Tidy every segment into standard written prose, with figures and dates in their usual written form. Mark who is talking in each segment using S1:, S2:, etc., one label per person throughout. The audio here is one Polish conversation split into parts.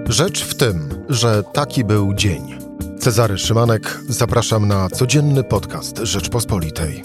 S1: Rzecz w tym, że taki był dzień. Cezary Szymanek, zapraszam na codzienny podcast Rzeczpospolitej.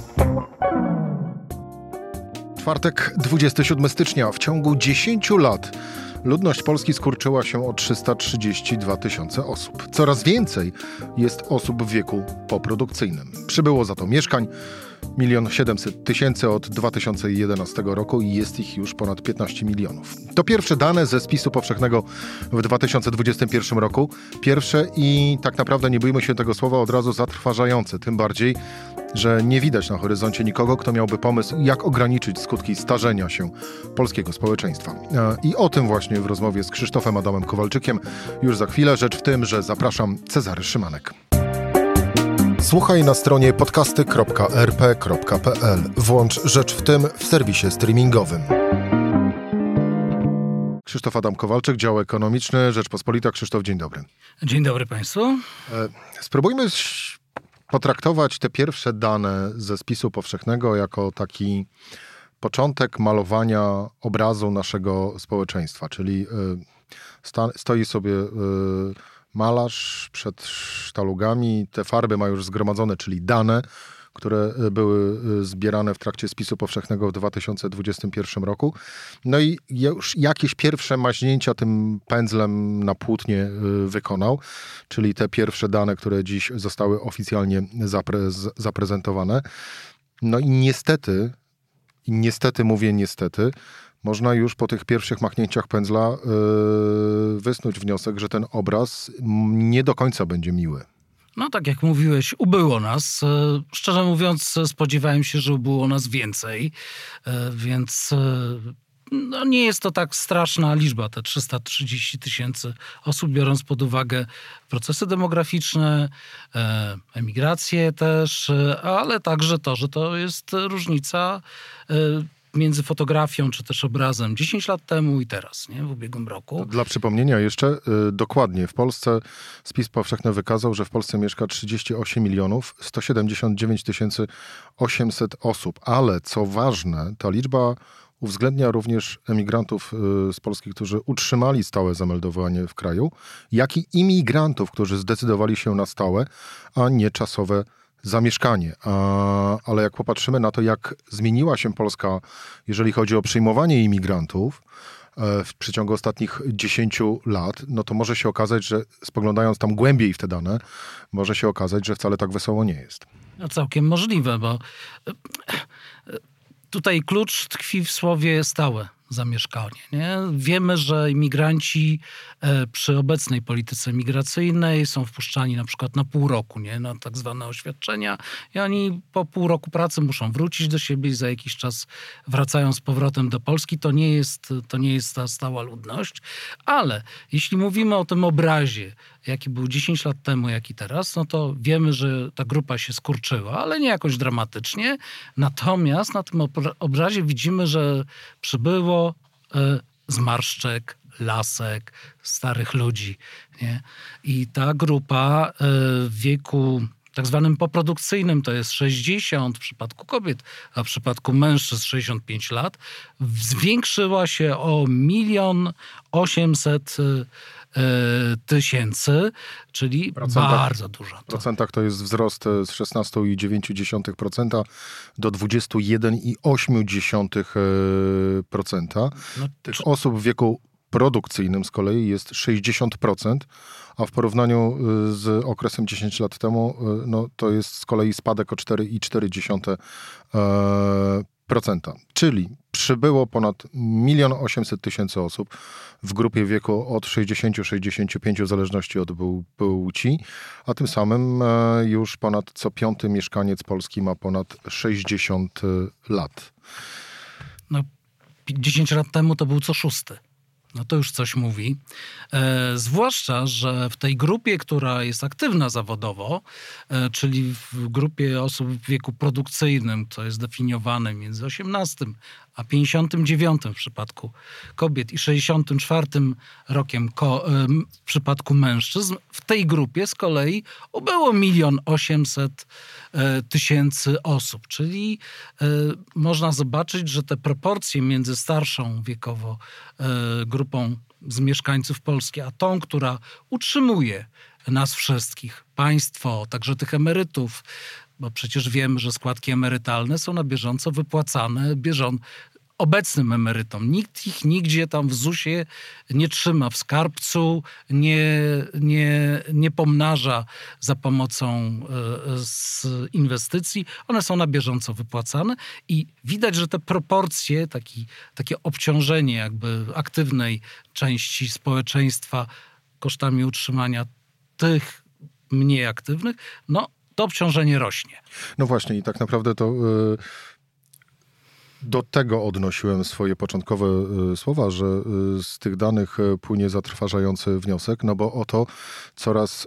S1: Czwartek, 27 stycznia. W ciągu 10 lat ludność Polski skurczyła się o 332 tysiące osób. Coraz więcej jest osób w wieku poprodukcyjnym. Przybyło za to mieszkań 1 700 000 od 2011 roku i jest ich już ponad 15 milionów. To pierwsze dane ze spisu powszechnego w 2021 roku. Pierwsze i tak naprawdę, nie bójmy się tego słowa, od razu zatrważające. Tym bardziej, że nie widać na horyzoncie nikogo, kto miałby pomysł, jak ograniczyć skutki starzenia się polskiego społeczeństwa. I o tym właśnie w rozmowie z Krzysztofem Adamem Kowalczykiem już za chwilę. Rzecz w tym, że zapraszam, Cezary Szymanek. Słuchaj na stronie podcasty.rp.pl. Włącz Rzecz w tym w serwisie streamingowym. Krzysztof Adam Kowalczyk, dział ekonomiczny, Rzeczpospolita. Krzysztof, dzień dobry.
S2: Dzień dobry Państwu.
S1: Spróbujmy potraktować te pierwsze dane ze spisu powszechnego jako taki początek malowania obrazu naszego społeczeństwa, czyli stoi sobie malarz przed sztalugami, te farby ma już zgromadzone, czyli dane, które były zbierane w trakcie spisu powszechnego w 2021 roku. No i już jakieś pierwsze maźnięcia tym pędzlem na płótnie wykonał, czyli te pierwsze dane, które dziś zostały oficjalnie zaprezentowane. No i niestety mówię niestety, można już po tych pierwszych machnięciach pędzla wysnuć wniosek, że ten obraz nie do końca będzie miły.
S2: No tak jak mówiłeś, ubyło nas. Szczerze mówiąc, spodziewałem się, że ubyło nas więcej, więc no nie jest to tak straszna liczba, te 330 tysięcy osób, biorąc pod uwagę procesy demograficzne, emigrację też, ale także to, że to jest różnica między fotografią czy też obrazem 10 lat temu i teraz, nie? W ubiegłym roku.
S1: Dla przypomnienia jeszcze, dokładnie, w Polsce spis powszechny wykazał, że w Polsce mieszka 38 179 800 osób, ale co ważne, ta liczba uwzględnia również emigrantów z Polski, którzy utrzymali stałe zameldowanie w kraju, jak i imigrantów, którzy zdecydowali się na stałe, a nie czasowe zamieszkanie. Ale jak popatrzymy na to, jak zmieniła się Polska, jeżeli chodzi o przyjmowanie imigrantów w przeciągu ostatnich 10 lat, no to może się okazać, że spoglądając tam głębiej w te dane, może się okazać, że wcale tak wesoło nie jest.
S2: No całkiem możliwe, bo tutaj klucz tkwi w słowie stałe zamieszkanie. Nie? Wiemy, że imigranci przy obecnej polityce migracyjnej są wpuszczani na przykład na pół roku, nie? Na tak zwane oświadczenia i oni po pół roku pracy muszą wrócić do siebie i za jakiś czas wracają z powrotem do Polski. To nie jest ta stała ludność, ale jeśli mówimy o tym obrazie, jaki był 10 lat temu, jaki teraz, no to wiemy, że ta grupa się skurczyła, ale nie jakoś dramatycznie. Natomiast na tym obrazie widzimy, że przybyło zmarszczek, lasek, starych ludzi. Nie? I ta grupa w wieku tak zwanym poprodukcyjnym, to jest 60 w przypadku kobiet, a w przypadku mężczyzn 65 lat, zwiększyła się o 1 800 000, czyli bardzo dużo.
S1: W procentach to jest wzrost z 16,9% do 21,8%. No, tych osób w wieku produkcyjnym z kolei jest 60%, a w porównaniu z okresem 10 lat temu no, to jest z kolei spadek o 4,4%. Czyli przybyło ponad 1 800 000 osób w grupie wieku od 60-65 w zależności od płci, a tym samym już ponad co 5. mieszkaniec Polski ma ponad 60 lat.
S2: No, 10 lat temu to był co 6. No to już coś mówi. Zwłaszcza, że w tej grupie, która jest aktywna zawodowo, czyli w grupie osób w wieku produkcyjnym, co jest definiowane między 18 a 59 w przypadku kobiet i 64 rokiem w przypadku mężczyzn, w tej grupie z kolei ubyło 1 800 000 osób. Czyli można zobaczyć, że te proporcje między starszą wiekowo grupą z mieszkańców Polski, a tą, która utrzymuje nas wszystkich, państwo, także tych emerytów, bo przecież wiemy, że składki emerytalne są na bieżąco wypłacane obecnym emerytom. Nikt ich nigdzie tam w ZUS-ie nie trzyma w skarbcu, nie pomnaża za pomocą z inwestycji. One są na bieżąco wypłacane i widać, że te proporcje, takie obciążenie jakby aktywnej części społeczeństwa kosztami utrzymania tych mniej aktywnych, no to obciążenie rośnie.
S1: No właśnie i tak naprawdę to... Do tego odnosiłem swoje początkowe słowa, że z tych danych płynie zatrważający wniosek, no bo oto coraz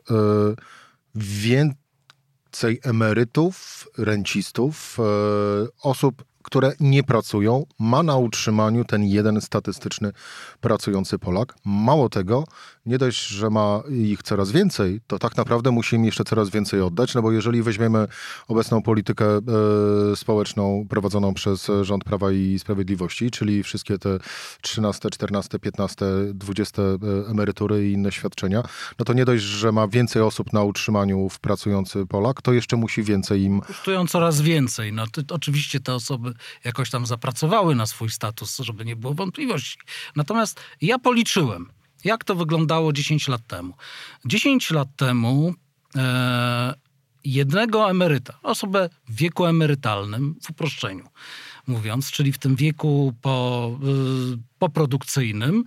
S1: więcej emerytów, rencistów, osób, które nie pracują, ma na utrzymaniu ten jeden statystyczny pracujący Polak. Mało tego, nie dość, że ma ich coraz więcej, to tak naprawdę musi im jeszcze coraz więcej oddać, no bo jeżeli weźmiemy obecną politykę społeczną prowadzoną przez rząd Prawa i Sprawiedliwości, czyli wszystkie te 13, 14, 15, 20 emerytury i inne świadczenia, no to nie dość, że ma więcej osób na utrzymaniu w pracujący Polak, to jeszcze musi więcej im...
S2: Kosztują coraz więcej. No, oczywiście te osoby jakoś tam zapracowały na swój status, żeby nie było wątpliwości. Natomiast ja policzyłem, jak to wyglądało 10 lat temu. 10 lat temu jednego emeryta, osobę w wieku emerytalnym, w uproszczeniu mówiąc, czyli w tym wieku poprodukcyjnym,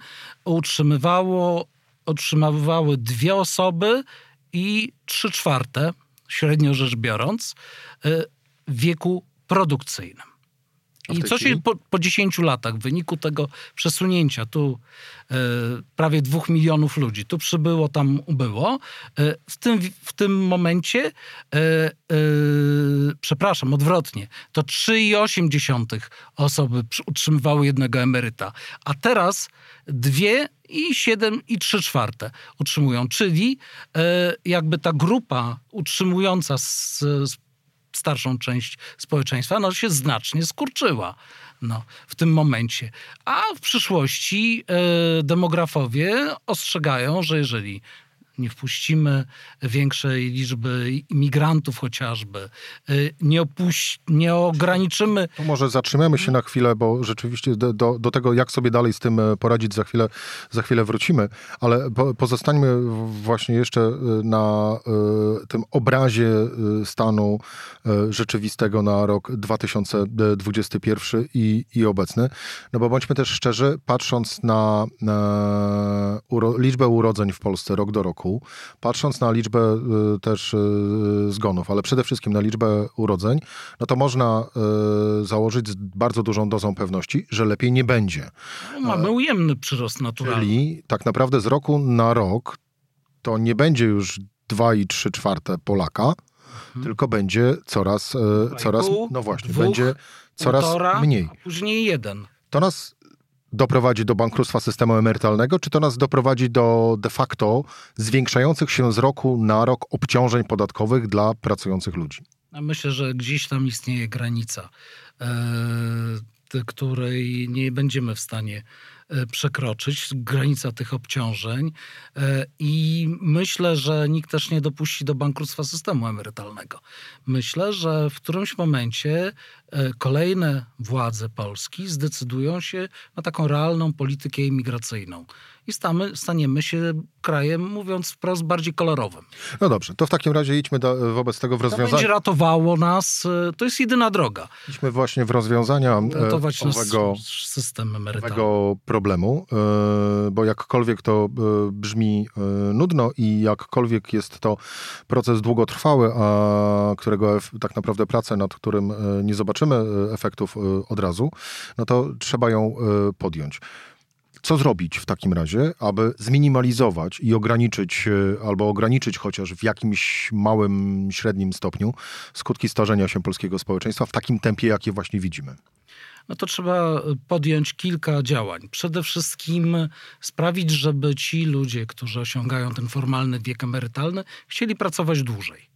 S2: utrzymywały 2 osoby i 3/4, średnio rzecz biorąc, w wieku produkcyjnym. I co się po 10 latach w wyniku tego przesunięcia, tu prawie 2 milionów ludzi, tu przybyło, tam ubyło, w tym momencie, przepraszam, odwrotnie, to 3,8 osoby utrzymywały jednego emeryta, a teraz 2,7 i 3/4 utrzymują, czyli jakby ta grupa utrzymująca starszą część społeczeństwa, no się znacznie skurczyła w tym momencie. A w przyszłości demografowie ostrzegają, że jeżeli nie wpuścimy większej liczby imigrantów chociażby, nie ograniczymy...
S1: To może zatrzymiamy się na chwilę, bo rzeczywiście do tego, jak sobie dalej z tym poradzić, za chwilę wrócimy, ale pozostańmy właśnie jeszcze na tym obrazie stanu rzeczywistego na rok 2021 i obecny. No bo bądźmy też szczerzy, patrząc na liczbę urodzeń w Polsce rok do roku, patrząc na liczbę też zgonów, ale przede wszystkim na liczbę urodzeń, no to można założyć z bardzo dużą dozą pewności, że lepiej nie będzie.
S2: Mamy ujemny przyrost naturalny.
S1: Czyli tak naprawdę z roku na rok to nie będzie już 2 i 3/4 Polaka, tylko będzie coraz no właśnie, będzie coraz mniej.
S2: A później 1.
S1: To nas doprowadzi do bankructwa systemu emerytalnego, czy to nas doprowadzi do de facto zwiększających się z roku na rok obciążeń podatkowych dla pracujących ludzi?
S2: Myślę, że gdzieś tam istnieje granica, której nie będziemy w stanie przekroczyć, granica tych obciążeń i myślę, że nikt też nie dopuści do bankructwa systemu emerytalnego. Myślę, że w którymś momencie kolejne władze Polski zdecydują się na taką realną politykę imigracyjną i staniemy się krajem, mówiąc wprost, bardziej kolorowym.
S1: No dobrze, to w takim razie idźmy wobec tego w rozwiązania.
S2: To będzie ratowało nas, to jest jedyna droga.
S1: Idźmy właśnie w rozwiązania
S2: ratować system emerytalny.
S1: Problemu, bo jakkolwiek to brzmi nudno i jakkolwiek jest to proces długotrwały, a którego tak naprawdę pracę, nad którym nie zobaczymy efektów od razu, no to trzeba ją podjąć. Co zrobić w takim razie, aby zminimalizować i ograniczyć, albo ograniczyć chociaż w jakimś małym, średnim stopniu skutki starzenia się polskiego społeczeństwa w takim tempie, jakie właśnie widzimy?
S2: No to trzeba podjąć kilka działań. Przede wszystkim sprawić, żeby ci ludzie, którzy osiągają ten formalny wiek emerytalny, chcieli pracować dłużej.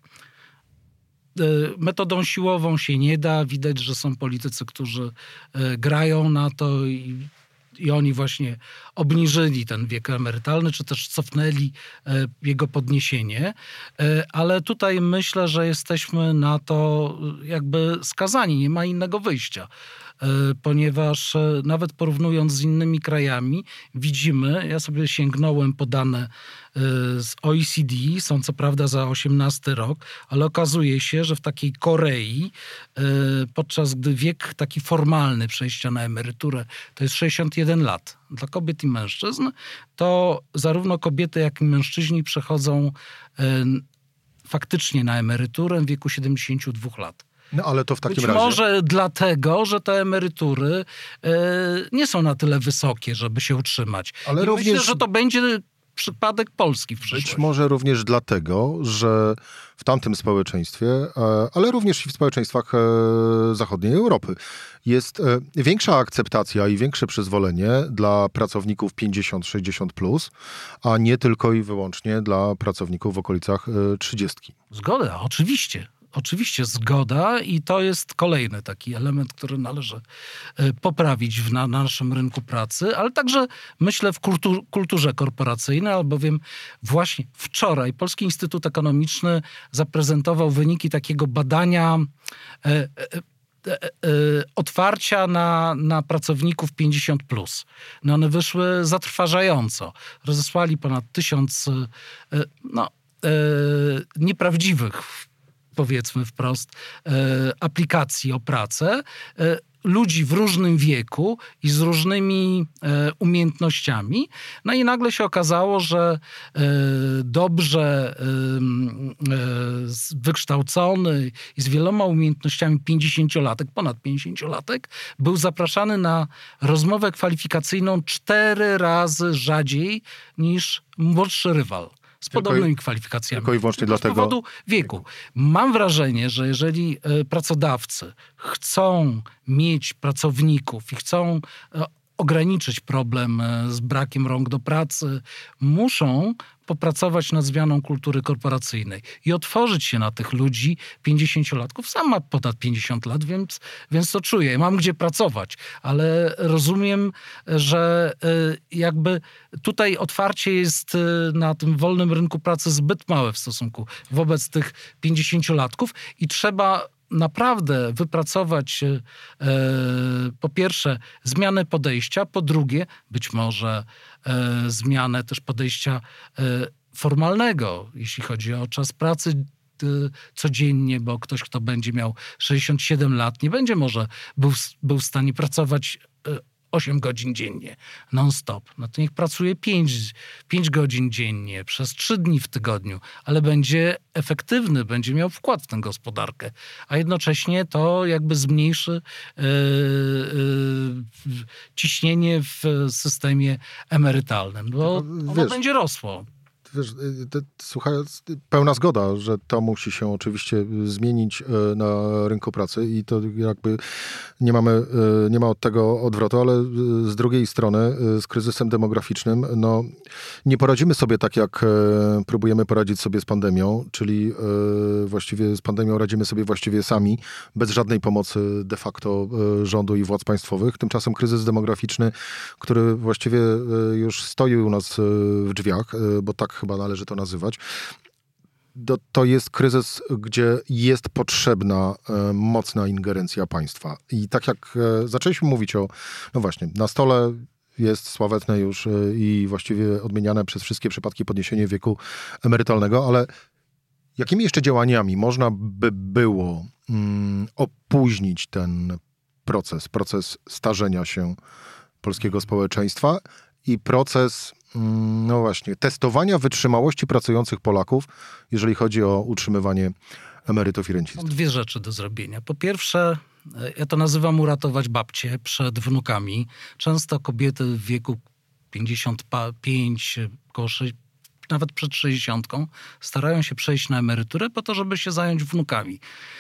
S2: Metodą siłową się nie da. Widać, że są politycy, którzy grają na to i oni właśnie obniżyli ten wiek emerytalny, czy też cofnęli jego podniesienie. Ale tutaj myślę, że jesteśmy na to jakby skazani, nie ma innego wyjścia. Ponieważ nawet porównując z innymi krajami, widzimy, ja sobie sięgnąłem po dane z OECD, są co prawda za 2018 rok, ale okazuje się, że w takiej Korei, podczas gdy wiek taki formalny przejścia na emeryturę to jest 61 lat dla kobiet i mężczyzn, to zarówno kobiety, jak i mężczyźni przechodzą faktycznie na emeryturę w wieku 72 lat.
S1: No ale to w takim razie...
S2: Być może dlatego, że te emerytury nie są na tyle wysokie, żeby się utrzymać.
S1: Ale również...
S2: Myślę, że to będzie przypadek Polski w przyszłości.
S1: Być może również dlatego, że w tamtym społeczeństwie, ale również i w społeczeństwach zachodniej Europy jest większa akceptacja i większe przyzwolenie dla pracowników 50-60+, a nie tylko i wyłącznie dla pracowników w okolicach 30.
S2: Zgoda, oczywiście. Oczywiście zgoda i to jest kolejny taki element, który należy poprawić na naszym rynku pracy, ale także myślę w kulturze korporacyjnej, albowiem właśnie wczoraj Polski Instytut Ekonomiczny zaprezentował wyniki takiego badania otwarcia na pracowników 50+. No one wyszły zatrważająco. Rozesłali ponad 1000 nieprawdziwych, powiedzmy wprost, aplikacji o pracę, ludzi w różnym wieku i z różnymi umiejętnościami. No i nagle się okazało, że dobrze wykształcony i z wieloma umiejętnościami 50-latek, ponad 50-latek, był zapraszany na rozmowę kwalifikacyjną 4 razy rzadziej niż młodszy rywal. Z podobnymi kwalifikacjami.
S1: Tylko i wyłącznie dlatego...
S2: Z powodu wieku. Mam wrażenie, że jeżeli pracodawcy chcą mieć pracowników i chcą ograniczyć problem z brakiem rąk do pracy, muszą popracować nad zmianą kultury korporacyjnej i otworzyć się na tych ludzi 50-latków. Sam mam ponad 50 lat, więc to czuję. Mam gdzie pracować, ale rozumiem, że jakby tutaj otwarcie jest na tym wolnym rynku pracy zbyt małe w stosunku wobec tych 50-latków i trzeba naprawdę wypracować po pierwsze zmianę podejścia, po drugie być może zmianę też podejścia formalnego, jeśli chodzi o czas pracy codziennie, bo ktoś, kto będzie miał 67 lat, nie będzie może był w stanie pracować 8 godzin dziennie, non-stop. No to niech pracuje 5 godzin dziennie, przez 3 dni w tygodniu, ale będzie efektywny, będzie miał wkład w tę gospodarkę, a jednocześnie to jakby zmniejszy ciśnienie w systemie emerytalnym, bo ono będzie rosło.
S1: Wiesz, słuchając, pełna zgoda, że to musi się oczywiście zmienić na rynku pracy i to jakby nie ma od tego odwrotu, ale z drugiej strony z kryzysem demograficznym nie poradzimy sobie tak, jak próbujemy poradzić sobie z pandemią, czyli właściwie z pandemią radzimy sobie właściwie sami, bez żadnej pomocy de facto rządu i władz państwowych. Tymczasem kryzys demograficzny, który właściwie już stoi u nas w drzwiach, bo tak chyba należy to nazywać, to jest kryzys, gdzie jest potrzebna mocna ingerencja państwa. I tak jak zaczęliśmy mówić na stole jest sławetne już i właściwie odmieniane przez wszystkie przypadki podniesienie wieku emerytalnego, ale jakimi jeszcze działaniami można by było opóźnić ten proces starzenia się polskiego społeczeństwa i proces testowania wytrzymałości pracujących Polaków, jeżeli chodzi o utrzymywanie emerytów i rencistów?
S2: Mam 2 rzeczy do zrobienia. Po pierwsze, ja to nazywam uratować babcie przed wnukami. Często kobiety w wieku 55, nawet przed 60 starają się przejść na emeryturę po to, żeby się zająć wnukami.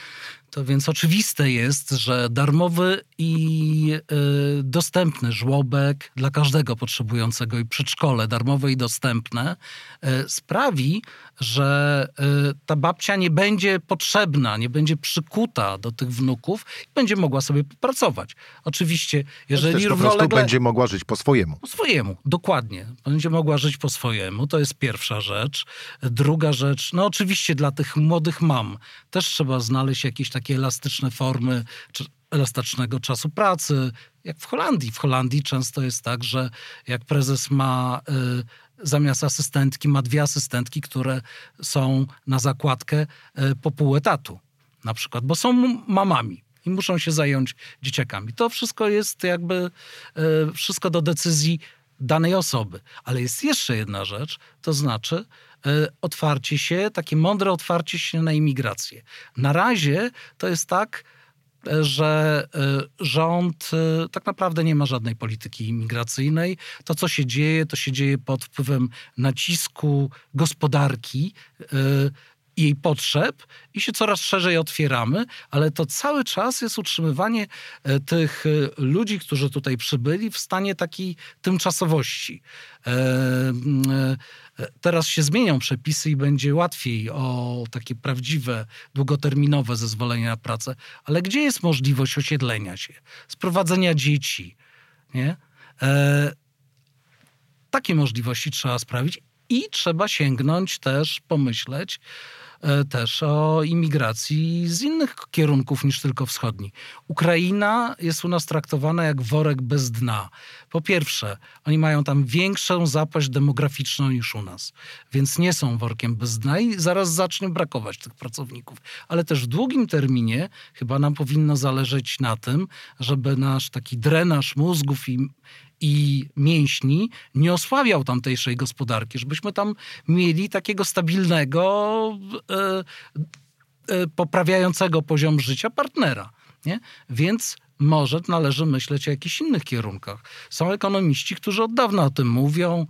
S2: To więc oczywiste jest, że darmowy i dostępny żłobek dla każdego potrzebującego i przedszkole darmowe i dostępne sprawi, że ta babcia nie będzie potrzebna, nie będzie przykuta do tych wnuków i będzie mogła sobie popracować. Oczywiście, jeżeli
S1: też po prostu będzie mogła żyć po swojemu.
S2: Po swojemu, dokładnie. Będzie mogła żyć po swojemu, to jest pierwsza rzecz. Druga rzecz, no oczywiście dla tych młodych mam też trzeba znaleźć jakieś takie elastyczne formy elastycznego czasu pracy, jak w Holandii. W Holandii często jest tak, że jak prezes ma zamiast asystentki, ma 2 asystentki, które są na zakładkę po pół etatu na przykład, bo są mamami i muszą się zająć dzieciakami. To wszystko jest jakby wszystko do decyzji danej osoby. Ale jest jeszcze jedna rzecz, to znaczy otwarcie się, takie mądre otwarcie się na imigrację. Na razie to jest tak, że rząd tak naprawdę nie ma żadnej polityki imigracyjnej. To, co się dzieje, to się dzieje pod wpływem nacisku gospodarki i jej potrzeb i się coraz szerzej otwieramy, ale to cały czas jest utrzymywanie tych ludzi, którzy tutaj przybyli w stanie takiej tymczasowości. Teraz się zmienią przepisy i będzie łatwiej o takie prawdziwe, długoterminowe zezwolenie na pracę. Ale gdzie jest możliwość osiedlenia się, sprowadzenia dzieci? Nie? Takie możliwości trzeba sprawić i trzeba sięgnąć też, pomyśleć też o imigracji z innych kierunków niż tylko wschodni. Ukraina jest u nas traktowana jak worek bez dna. Po pierwsze, oni mają tam większą zapaść demograficzną niż u nas, więc nie są workiem bez dna i zaraz zacznie brakować tych pracowników. Ale też w długim terminie chyba nam powinno zależeć na tym, żeby nasz taki drenaż mózgów i mięśni nie osłabiał tamtejszej gospodarki, żebyśmy tam mieli takiego stabilnego, poprawiającego poziom życia partnera. Nie? Więc może należy myśleć o jakichś innych kierunkach. Są ekonomiści, którzy od dawna o tym mówią,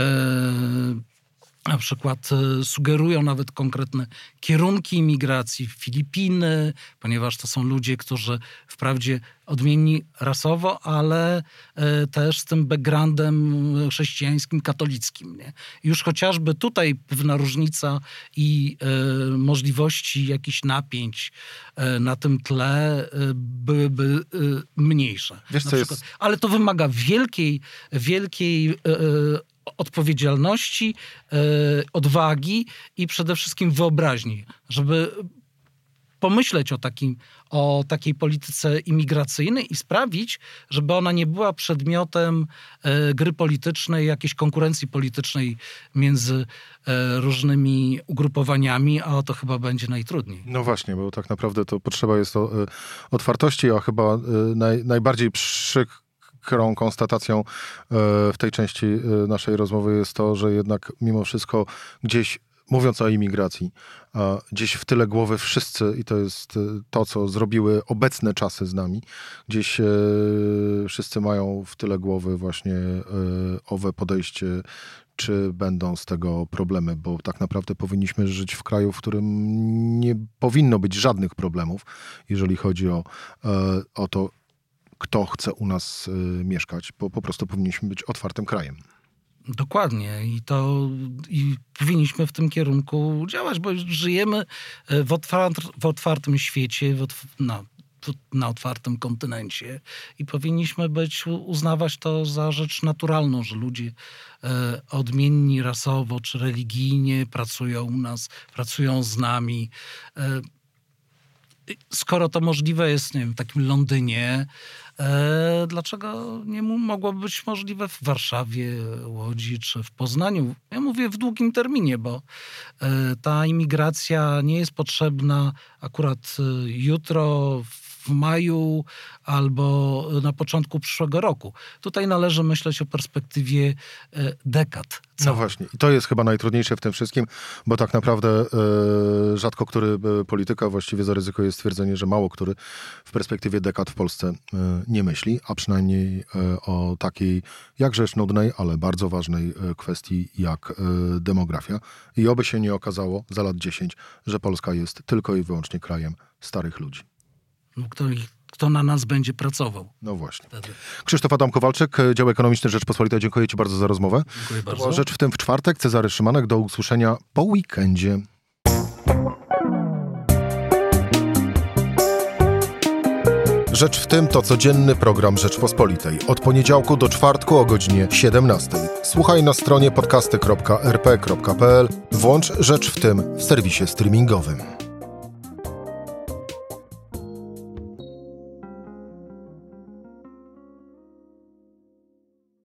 S2: na przykład sugerują nawet konkretne kierunki imigracji w Filipiny, ponieważ to są ludzie, którzy wprawdzie odmienni rasowo, ale też z tym backgroundem chrześcijańskim, katolickim. Nie? Już chociażby tutaj pewna różnica i możliwości jakichś napięć na tym tle byłyby mniejsze.
S1: Wiesz, co jest...
S2: Ale to wymaga wielkiej odpowiedzialności, odwagi i przede wszystkim wyobraźni, żeby pomyśleć o takiej polityce imigracyjnej i sprawić, żeby ona nie była przedmiotem gry politycznej, jakiejś konkurencji politycznej między różnymi ugrupowaniami, a to chyba będzie najtrudniej.
S1: No właśnie, bo tak naprawdę to potrzeba jest otwartości, a chyba najbardziej przykrą konstatacją w tej części naszej rozmowy jest to, że jednak mimo wszystko gdzieś, mówiąc o imigracji, gdzieś w tyle głowy wszyscy, i to jest to, co zrobiły obecne czasy z nami, gdzieś wszyscy mają w tyle głowy właśnie owe podejście, czy będą z tego problemy, bo tak naprawdę powinniśmy żyć w kraju, w którym nie powinno być żadnych problemów, jeżeli chodzi o to, kto chce u nas mieszkać, bo po prostu powinniśmy być otwartym krajem.
S2: Dokładnie. I powinniśmy w tym działać, bo żyjemy w otwartym świecie, na otwartym kontynencie i powinniśmy uznawać to za rzecz naturalną, że ludzie odmienni rasowo czy religijnie pracują u nas, pracują z nami. Skoro to możliwe jest, nie wiem, w takim Londynie, dlaczego nie mogłoby być możliwe w Warszawie, Łodzi czy w Poznaniu? Ja mówię w długim terminie, bo ta imigracja nie jest potrzebna akurat jutro, w maju albo na początku przyszłego roku. Tutaj należy myśleć o perspektywie dekad.
S1: No właśnie. I to jest chyba najtrudniejsze w tym wszystkim, bo tak naprawdę rzadko który polityka właściwie zaryzykuje stwierdzenie, że mało który w perspektywie dekad w Polsce nie myśli, a przynajmniej o takiej jakżeż nudnej, ale bardzo ważnej kwestii jak demografia. I oby się nie okazało za lat 10, że Polska jest tylko i wyłącznie krajem starych ludzi?
S2: No, kto na nas będzie pracował.
S1: No właśnie.
S2: Wtedy.
S1: Krzysztof Adam-Kowalczyk, Dział Ekonomiczny Rzeczpospolitej. Dziękuję Ci bardzo za rozmowę.
S2: Dziękuję bardzo.
S1: To była Rzecz w tym w czwartek. Cezary Szymanek. Do usłyszenia po weekendzie. Rzecz w tym to codzienny program Rzeczpospolitej. Od poniedziałku do czwartku o godzinie 17. Słuchaj na stronie podcasty.rp.pl. Włącz Rzecz w tym w serwisie streamingowym.